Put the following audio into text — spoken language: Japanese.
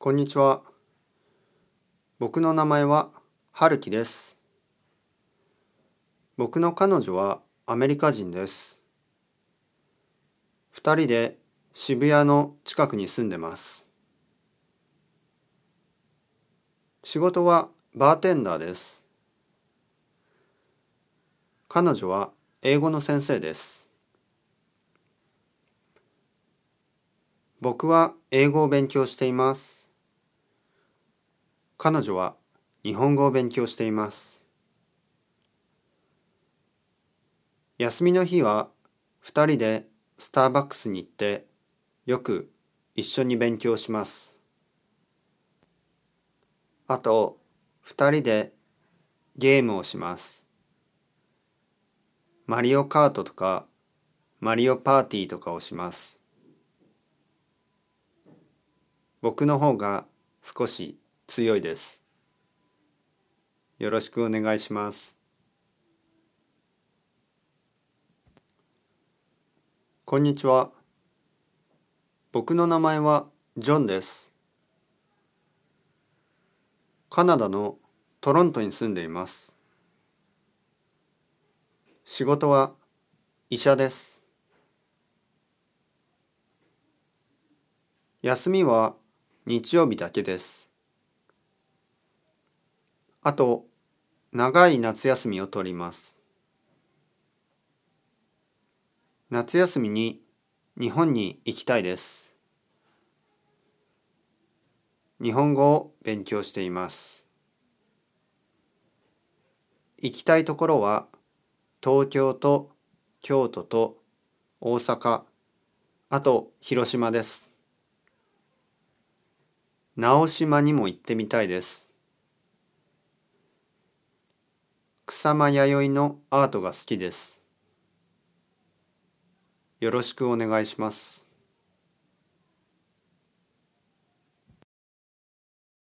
こんにちは。僕の名前は春樹です。僕の彼女はアメリカ人です。二人で渋谷の近くに住んでます。仕事はバーテンダーです。彼女は英語の先生です。僕は英語を勉強しています。彼女は日本語を勉強しています。休みの日は二人でスターバックスに行ってよく一緒に勉強します。あと、二人でゲームをします。マリオカートとかマリオパーティーとかをします。僕の方が少し強いです。よろしくお願いします。こんにちは。僕の名前はジョンです。カナダのトロントに住んでいます。仕事は医者です。休みは日曜日だけです。あと、長い夏休みを取ります。夏休みに日本に行きたいです。日本語を勉強しています。行きたいところは東京と京都と大阪、あと広島です。直島にも行ってみたいです。草間彌生のアートが好きです。よろしくお願いします。